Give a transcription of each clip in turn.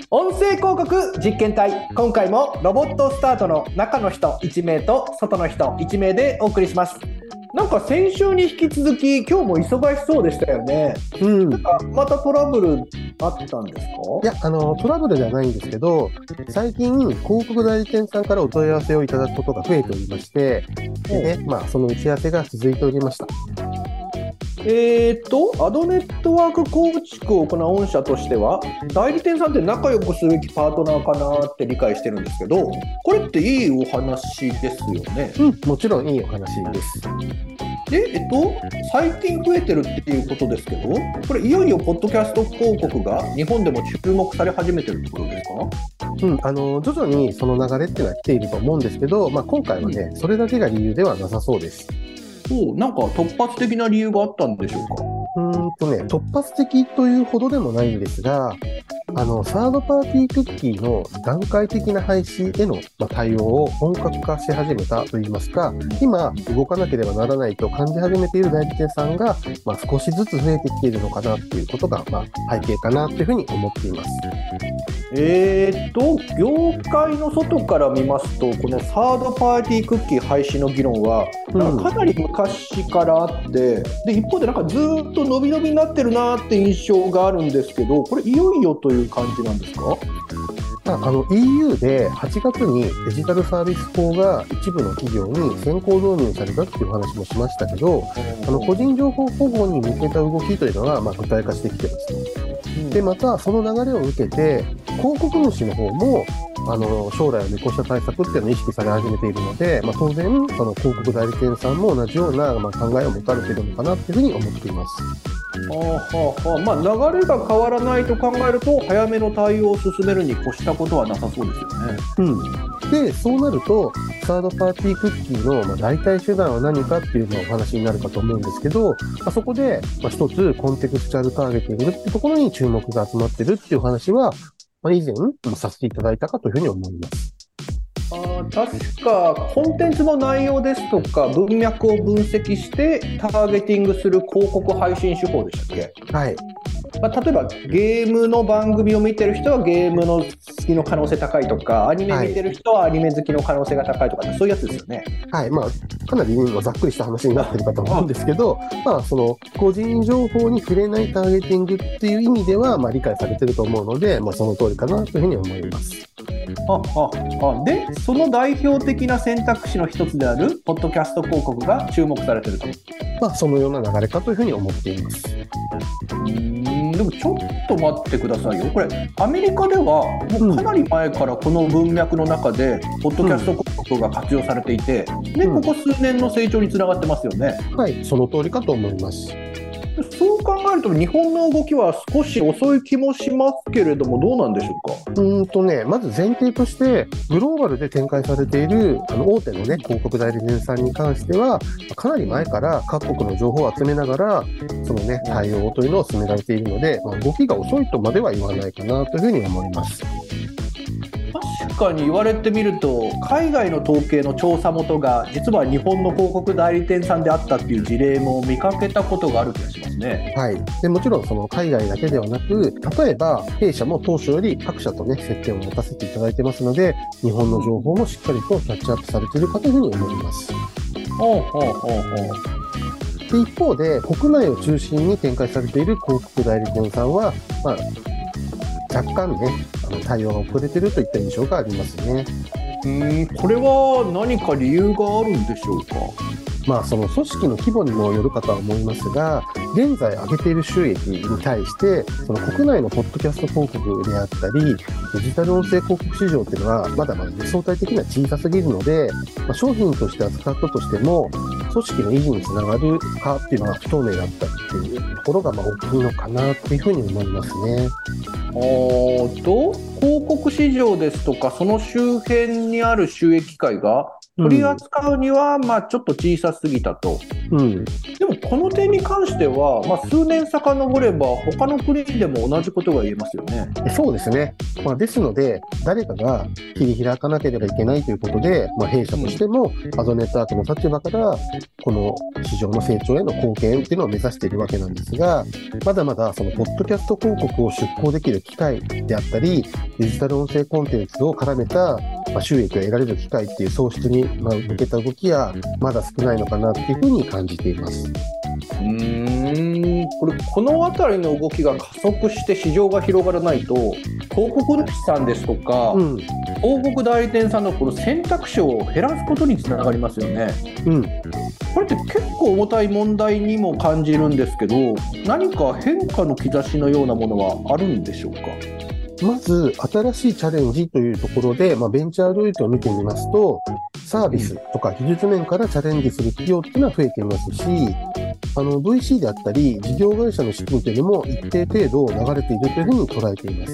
音声広告実験隊、今回もロボットスタートの中の人1名と外の人1名でお送りします。なんか先週に引き続き今日も忙しそうでしたよね。なんかまたトラブルあったんですか？ いや、トラブルではないんですけど、最近、広告代理店さんからお問い合わせをいただくことが増えておりまして、でね、その打ち合わせが続いておりました。 アドネットワーク構築を行う御社としては、代理店さんって仲良くすべきパートナーかなって理解してるんですけど、これっていいお話ですよね。 もちろんいいお話です。 で、最近増えてるっていうことですけど、これいよいよポッドキャスト広告が日本でも注目され始めてるってことですか？ 徐々にその流れっていうのは来ていると思うんですけど、今回はね、それだけが理由ではなさそうです。 なんか突発的な理由があったんでしょうか？ 突発的というほどでもないんですが、サードパーティークッキーの段階的な廃止への対応を本格化し始めたといいますか、今動かなければならないと感じ始めている代理店さんが、少しずつ増えてきているのかなっていうことが、背景かなというふうに思っています。 業界の外から見ますと、このサードパーティークッキー廃止の議論は、なんかかなり昔からあって、で一方でなんかずっと伸び伸びになってるなって印象があるんですけど、これいよいよという感じなんですか ？EU で8月にデジタルサービス法が一部の企業に先行導入されたっていう話もしましたけど、個人情報保護に向けた動きというのが具体化してきてますと。で、またその流れを受けて、広告主の方も将来を見越した対策っていうのを意識され始めているので、当然その広告代理店さんも同じような考えを持たれているのかなっていうふうに思っています。 流れが変わらないと考えると、早めの対応を進めるに越したことはなさそうですよね。 で、そうなると、サードパーティークッキーの代替手段は何かっていうのをお話になるかと思うんですけど、そこで一つコンテクスチャルターゲティングっていうところに注目が集まってるっていう話は、以前させていただいたかというふうに思います。 確かコンテンツの内容ですとか文脈を分析してターゲティングする広告配信手法でしたっけ？ はい。 例えばゲームの番組を見てる人はゲームの好きの可能性高いとか、アニメ見てる人はアニメ好きの可能性が高いとか、そういうやつですよね。 はい。かなりざっくりした話になってるかと思うんですけど、その個人情報に触れないターゲティングっていう意味では、理解されてると思うので、その通りかなというふうに思います。 で、その代表的な選択肢の一つであるポッドキャスト広告が注目されていると。 そのような流れかというふうに思っています。 でもちょっと待ってくださいよ。これアメリカではもうかなり前からこの文脈の中でポッドキャスト広告が活用されていて、でここ数年の成長につながってますよね。 はい、その通りかと思います。 そう考えると日本の動きは少し遅い気もしますけれども、どうなんでしょうか？ まず前提としてグローバルで展開されている大手のね広告代理店さんに関してはかなり前から各国の情報を集めながらそのね対応というのを進められているので、動きが遅いとまでは言わないかなというふうに思います。 確かに言われてみると、海外の統計の調査元が実は日本の広告代理店さんであったっていう事例も見かけたことがある気がしますね。 はい。でもちろんその海外だけではなく、例えば弊社も当初より各社とね接点を持たせていただいてますので、日本の情報もしっかりとキャッチアップされているかというふうに思います。で一方で国内を中心に展開されている広告代理店さんは、若干ね対応が遅れているといった印象がありますね。 これは何か理由があるんでしょうか？ その組織の規模にもよるかとは思いますが、現在上げている収益に対して、その国内のポッドキャスト広告であったり、デジタル音声広告市場っていうのは、まだ相対的には小さすぎるので、商品として扱ったとしても、組織の維持につながるかっていうのは不透明だったっていうところが大きいのかなっていうふうに思いますね。 広告市場ですとか、その周辺にある収益界が取り扱うにはちょっと小さすぎたと。でもこの点に関しては、数年遡れば他の国でも同じことが言えますよね。 そうですね。ですので、誰かが切り開かなければいけないということで、弊社としても、アドネットワークの立場から、この市場の成長への貢献っていうのを目指しているわけなんですが、まだまだそのポッドキャスト広告を出稿できる機会であったり、デジタル音声コンテンツを絡めた収益を得られる機会っていう創出に向けた動きはまだ少ないのかなっていうふうに感じています。 この辺りの動きが加速して市場が広がらないと、広告主さんですとか、広告代理店さんのこの選択肢を減らすことにつながりますよね。これって結構重たい問題にも感じるんですけど、何か変化の兆しのようなものはあるんでしょうか？ まず、新しいチャレンジというところで、ベンチャー領域を見てみますと、サービスとか技術面からチャレンジする企業っていうのは増えていますし、VC であったり、事業会社の資金というのも一定程度流れているというふうに捉えています。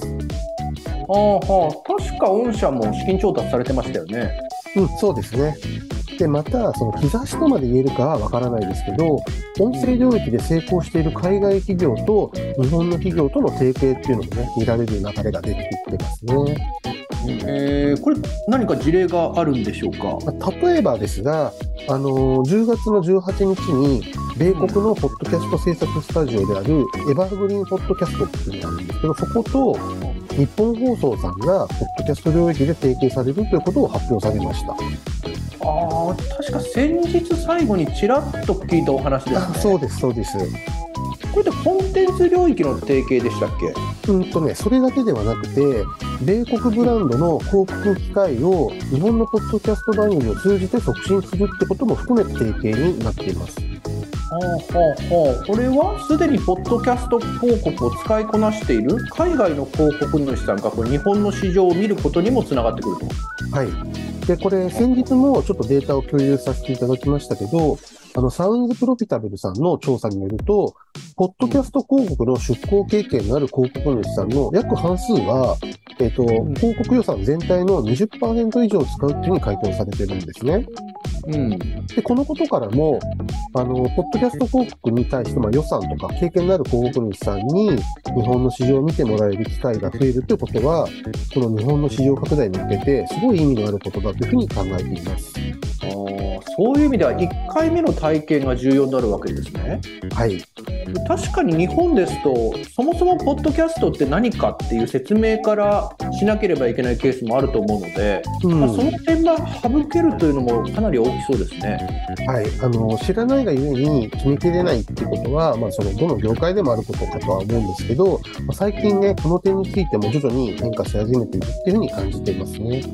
確か御社も資金調達されてましたよね。 そうですね。で、また、その兆しとまで言えるかはわからないですけど、音声領域で成功している海外企業と日本の企業との提携っていうのもね、見られる流れが出てきてますね。 これ何か事例があるんでしょうか？ 例えばですが、10月の18日に米国のポッドキャスト制作スタジオであるエバーグリーンポッドキャストっていうのがあるんですけど、そこと日本放送さんがポッドキャスト領域で提携されるということを発表されました。 確か先日最後にちらっと聞いたお話ですね。 そうです、そうです。 これってコンテンツ領域の提携でしたっけ？ それだけではなくて、米国ブランドの広告機会を日本のポッドキャスト番組を通じて促進するってことも含めて提携になっています。 これはすでにポッドキャスト広告を使いこなしている海外の広告主さんがこれ日本の市場を見ることにもつながってくると。 で、これ先日もちょっとデータを共有させていただきましたけど、サウンズプロフィタブルさんの調査によると、ポッドキャスト広告の出稿経験のある広告主さんの約半数は、広告予算全体の 20% 以上を使うっていうふうに回答されてるんですね。で、このことからも、ポッドキャスト広告に対して、予算とか経験のある広告主さんに日本の市場を見てもらえる機会が増えるということは、この日本の市場拡大に向けてすごい意味のあることだというふうに考えています。 そういう意味では1回目の体験が重要になるわけですね。確かに日本ですと、そもそもポッドキャストって何かっていう説明からしなければいけないケースもあると思うので、その点が省けるというのもかなり大きそうですね。 知らないがゆえに決めきれないっていうことは、そのどの業界でもあることかとは思うんですけど、最近ね、この点についても徐々に変化し始めているっていうふうに感じていますね。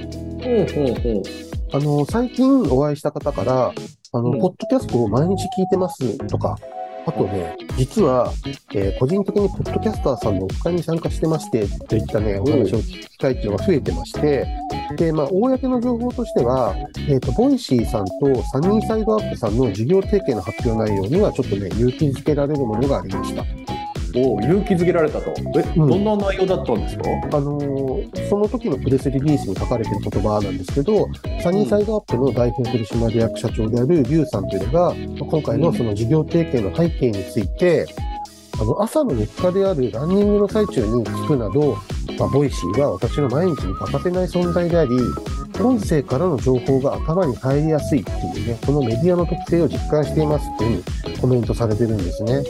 最近お会いした方から、ポッドキャストを毎日聞いてますとか、あとね、実は、個人的にポッドキャスターさんのオフ会に参加してまして、といったね、お話を聞く機会っていうのが増えてまして、で、公の情報としては、ボイシーさんとサニーサイドアップさんの事業提携の発表内容にはちょっとね、勇気づけられるものがありました。 勇気づけられたと。どんな内容だったんですか？ その時のプレスリリースに書かれている言葉なんですけど、サニーサイドアップの代表取締役社長であるリュウさんというのが、今回のその事業提携の背景について、朝の日課であるランニングの最中に聞くなど、ボイシーは私の毎日に欠かせない存在であり、音声からの情報が頭に入りやすいっていうね、このメディアの特性を実感していますっていうふうにコメントされてるんですね。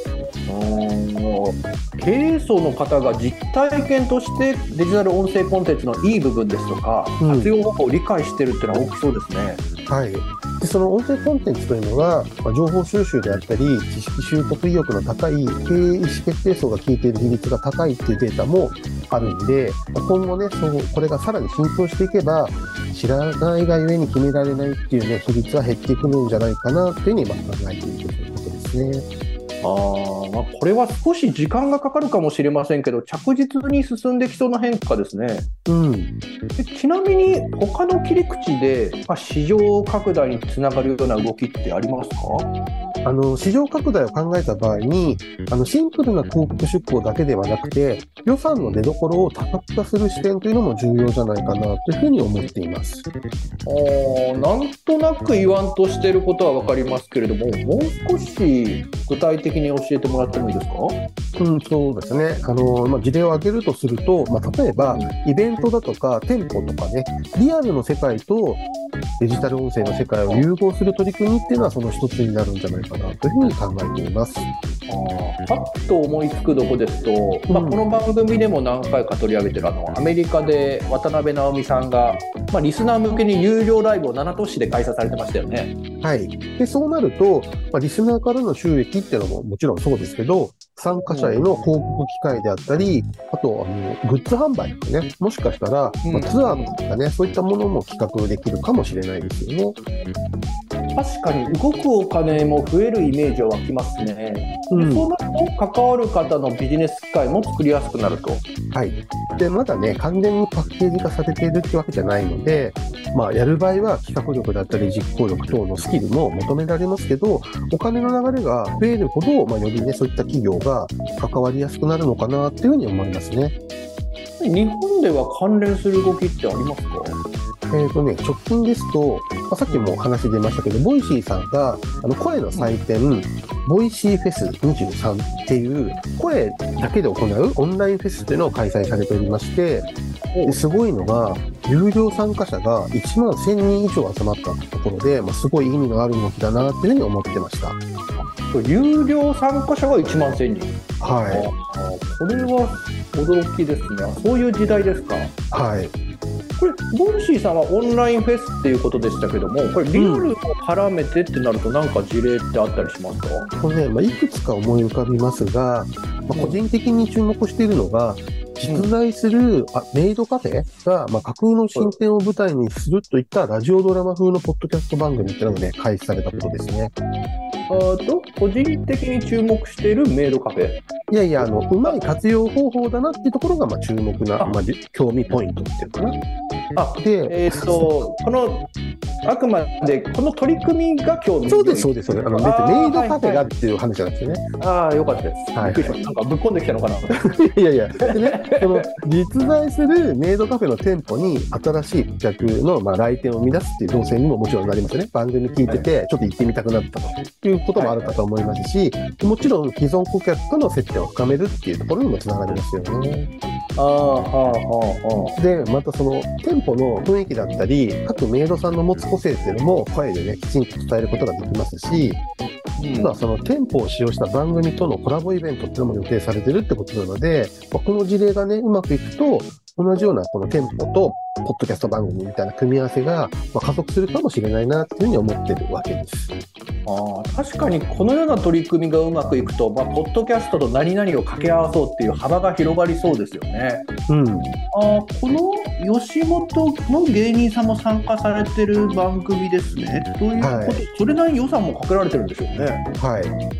経営層の方が実体験としてデジタル音声コンテンツのいい部分ですとか、活用方法を理解しているっていうのは大きそうですね。 で、その音声コンテンツというのは、情報収集であったり、知識習得意欲の高い経営意思決定層が聞いている比率が高いっていうデータもあるんで、今後ね、これがさらに浸透していけば、知らないがゆえに決められないっていうね、比率は減っていくんじゃないかなというふうに考えているということですね。 これは少し時間がかかるかもしれませんけど、着実に進んできそうな変化ですね。で、ちなみに他の切り口で、市場拡大につながるような動きってありますか？ 市場拡大を考えた場合に、シンプルな広告出稿だけではなくて、予算の出所を多角化する視点というのも重要じゃないかなというふうに思っています。 なんとなく言わんとしていることは分かりますけれども、もう少し具体的に教えてもらってもいいですか？ そうですね。事例を挙げるとすると、例えば、イベントだとか店舗とかね、リアルの世界とデジタル音声の世界を融合する取り組みっていうのはその一つになるんじゃないかなというふうに考えています。 パッと思いつくとこですと、この番組でも何回か取り上げてるアメリカで渡辺直美さんが、リスナー向けに有料ライブを7都市で開催されてましたよね。 はい。で、そうなると、リスナーからの収益っていうのももちろんそうですけど、参加者への広告機会であったり、あとグッズ販売とかね、もしかしたら、ツアーとかね、そういったものも企画できるかもしれないですよね。 確かに動くお金も増えるイメージは湧きますね。そうなると関わる方のビジネス機会も作りやすくなると。 はい。で、まだね、完全にパッケージ化されているってわけじゃないので、やる場合は企画力だったり実行力等のスキルも求められますけど、お金の流れが増えるほど、よりね、そういった企業が関わりやすくなるのかなっていうふうに思いますね。 日本では関連する動きってありますか？ 直近ですと、さっきも話出ましたけど、ボイシーさんが声の祭典、ボイシーフェス23っていう声だけで行うオンラインフェスっていうのを開催されておりまして、すごいのが、有料参加者が1万1000人以上集まったところで、すごい意味のある動きだなっていうふうに思ってました。 有料参加者が1万1000人。 はい。 これは驚きですね。そういう時代ですか？ はい。 これボイシーさんはオンラインフェスっていうことでしたけども、これリアルを絡めてってなると何か事例ってあったりしますか？ これね、いくつか思い浮かびますが、個人的に注目しているのが、実在するメイドカフェが、架空の進展を舞台にするといったラジオドラマ風のポッドキャスト番組っていうのがね、開始されたことですね。 個人的に注目しているメイドカフェ。 いやいや、うまい活用方法だなっていうところが、注目な、興味ポイントっていうかな。 で、この、あくまで、この取り組みが興味。 そうです。メイドカフェがっていう話じゃなくてね。 よかったです。びっくりしました。なんかぶっ込んできたのかな。 いやいや、でね、実在するメイドカフェの店舗に新しい顧客の、来店を生み出すっていう動線にももちろんなりますね。番組聞いてて、ちょっと行ってみたくなったということもあるかと思いますし、もちろん既存顧客との接点を深めるっていうところにもつながりますよね。で、またその店舗の雰囲気だったり、各メイドさんの持つ個性っていうのも声でね、きちんと伝えることができますし、その店舗を使用した番組とのコラボイベントっていうのも予定されてるってことなので、この事例がね、うまくいくと、同じようなこの店舗とポッドキャスト番組みたいな組み合わせが加速するかもしれないなっていうふうに思ってるわけです。 確かにこのような取り組みがうまくいくと、ポッドキャストと何々を掛け合わそうっていう幅が広がりそうですよね。この吉本の芸人さんも参加されてる番組ですね。ということで、それなりに予算もかけられてるんでしょうね。 はい。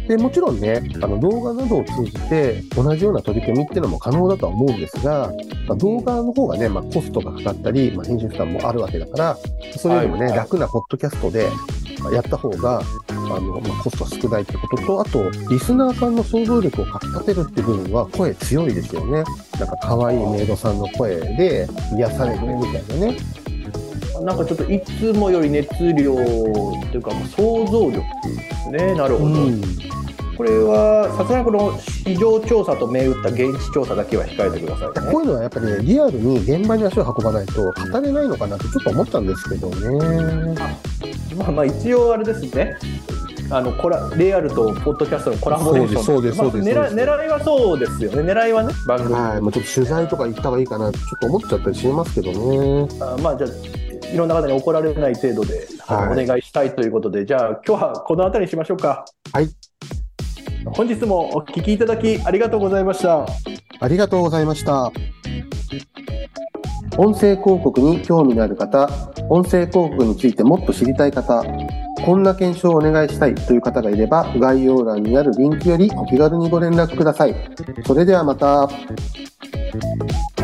で、もちろんね、動画などを通じて同じような取り組みっていうのも可能だとは思うんですが、動画の方がね、コストがかかったり、編集負担もあるわけだから、それよりもね、楽なポッドキャストでやった方が、コストは少ないってことと、あと、リスナーさんの想像力をかき立てるっていう部分は声強いですよね。なんか可愛いメイドさんの声で癒されるみたいなね。 なんかちょっといつもより熱量というか、想像力ですね。なるほど。これはさすがにこの市場調査と銘打った現地調査だけは控えてくださいね。 こういうのはやっぱりね、リアルに現場に足を運ばないと語れないのかなってちょっと思ったんですけどね。 一応あれですね。レアルとポッドキャストのコラボレーション。 そうです。 狙いはそうですよね。狙いはね、番組。 ちょっと取材とか行った方がいいかなってちょっと思っちゃったりしますけどね。 じゃあいろんな方に怒られない程度でお願いしたいということで、じゃあ今日はこの辺りにしましょうか。 はい。 本日もお聞きいただきありがとうございました。 ありがとうございました。音声広告に興味のある方、音声広告についてもっと知りたい方、こんな検証をお願いしたいという方がいれば、概要欄にあるリンクよりお気軽にご連絡ください。それではまた。